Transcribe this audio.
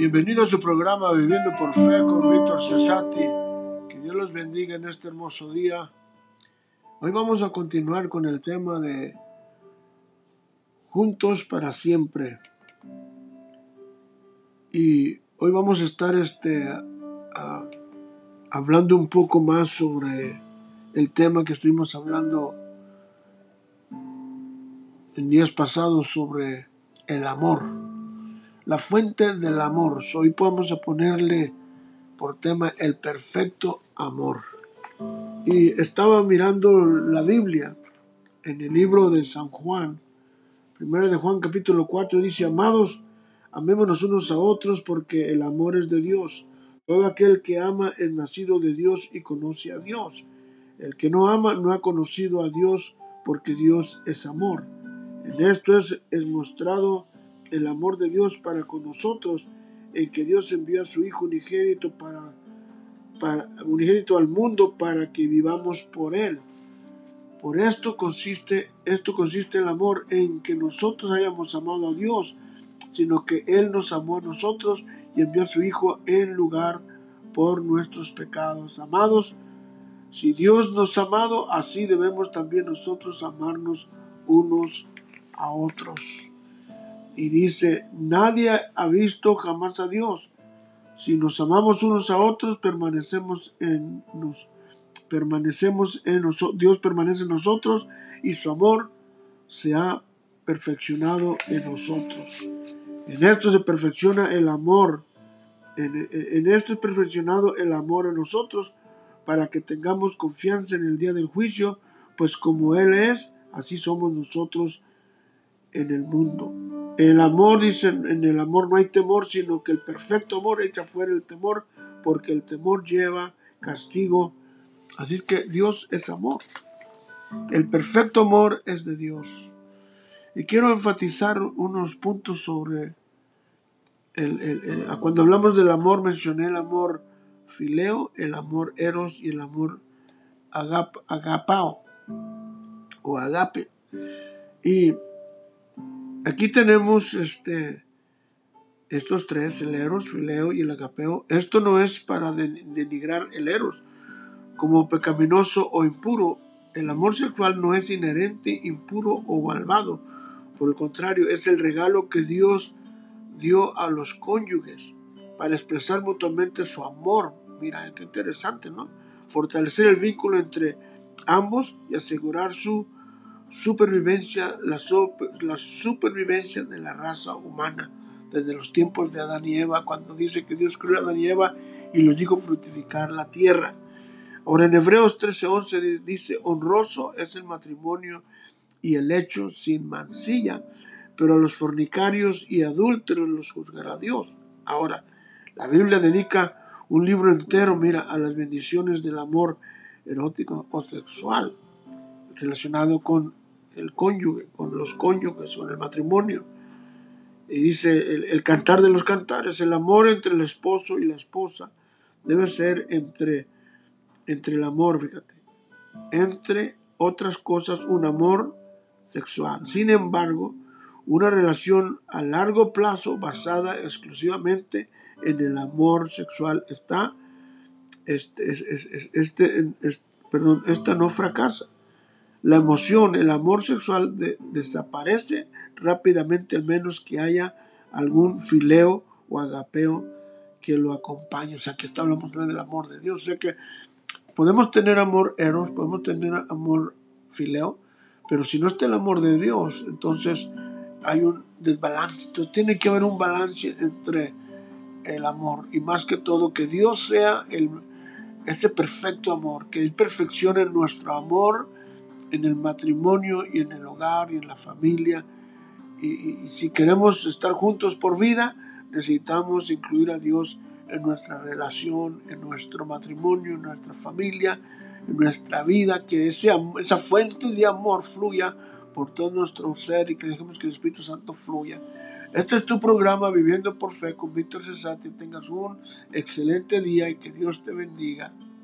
Bienvenido a su programa Viviendo por Fe con Víctor Cesati. Que Dios los bendiga en este hermoso día. Hoy vamos a continuar con el tema de Juntos para Siempre. Y hoy vamos a estar hablando un poco más sobre el tema que estuvimos hablando en días pasados sobre el amor. La fuente del amor. Hoy podemos ponerle por tema el perfecto amor. Y estaba mirando la Biblia en el libro de San Juan, 1 de Juan capítulo 4, dice: amados, amémonos unos a otros porque el amor es de Dios. Todo aquel que ama es nacido de Dios y conoce a Dios. El que no ama no ha conocido a Dios, porque Dios es amor. En esto es mostrado el amor de Dios para con nosotros, en que Dios envió a su Hijo unigénito unigénito al mundo para que vivamos por Él. Por esto consiste el amor, en que nosotros hayamos amado a Dios, sino que Él nos amó a nosotros y envió a su Hijo en lugar por nuestros pecados. Amados, si Dios nos ha amado, así debemos también nosotros amarnos unos a otros. Y dice: nadie ha visto jamás a Dios. Si nos amamos unos a otros, Dios permanece en nosotros y su amor se ha perfeccionado en nosotros. En esto se perfecciona el amor. En esto es perfeccionado el amor en nosotros, para que tengamos confianza en el día del juicio, pues como Él es, así somos nosotros en el mundo. El amor, dicen, en el amor no hay temor, sino que el perfecto amor echa fuera el temor, porque el temor lleva castigo. Así que Dios es amor. El perfecto amor es de Dios. Y quiero enfatizar unos puntos sobre cuando hablamos del amor, mencioné el amor fileo, el amor eros y el amor agapao o agape. Y aquí tenemos estos tres: el eros, fileo y el agapeo. Esto no es para denigrar el eros como pecaminoso o impuro. El amor sexual no es inherente, impuro o malvado. Por el contrario, es el regalo que Dios dio a los cónyuges para expresar mutuamente su amor. Mira, qué interesante, ¿no? Fortalecer el vínculo entre ambos y asegurar su supervivencia, la supervivencia de la raza humana desde los tiempos de Adán y Eva, cuando dice que Dios creó a Adán y Eva y los dijo fructificar la tierra. Ahora en Hebreos 13:11 dice: honroso es el matrimonio y el hecho sin mancilla, pero a los fornicarios y adúlteros los juzgará Dios. Ahora, la Biblia dedica un libro entero, mira, a las bendiciones del amor erótico o sexual relacionado con el cónyuge, con los cónyuges, con el matrimonio. Y dice el cantar de los cantares: el amor entre el esposo y la esposa debe ser entre el amor, fíjate, entre otras cosas, un amor sexual. Sin embargo, una relación a largo plazo basada exclusivamente en el amor sexual esta no fracasa. La emoción, el amor sexual desaparece rápidamente, al menos que haya algún fileo o agapeo que lo acompañe. O sea, que hablamos del amor de Dios. O sea que podemos tener amor eros, podemos tener amor fileo, pero si no está el amor de Dios, entonces hay un desbalance. Entonces tiene que haber un balance entre el amor, y más que todo que Dios sea ese perfecto amor, que Él perfeccione nuestro amor en el matrimonio y en el hogar y en la familia. Y si queremos estar juntos por vida, necesitamos incluir a Dios en nuestra relación, en nuestro matrimonio, en nuestra familia, en nuestra vida, que esa fuente de amor fluya por todo nuestro ser y que dejemos que el Espíritu Santo fluya. Este es tu programa Viviendo por Fe con Víctor Cesati. Tengas un excelente día y que Dios te bendiga.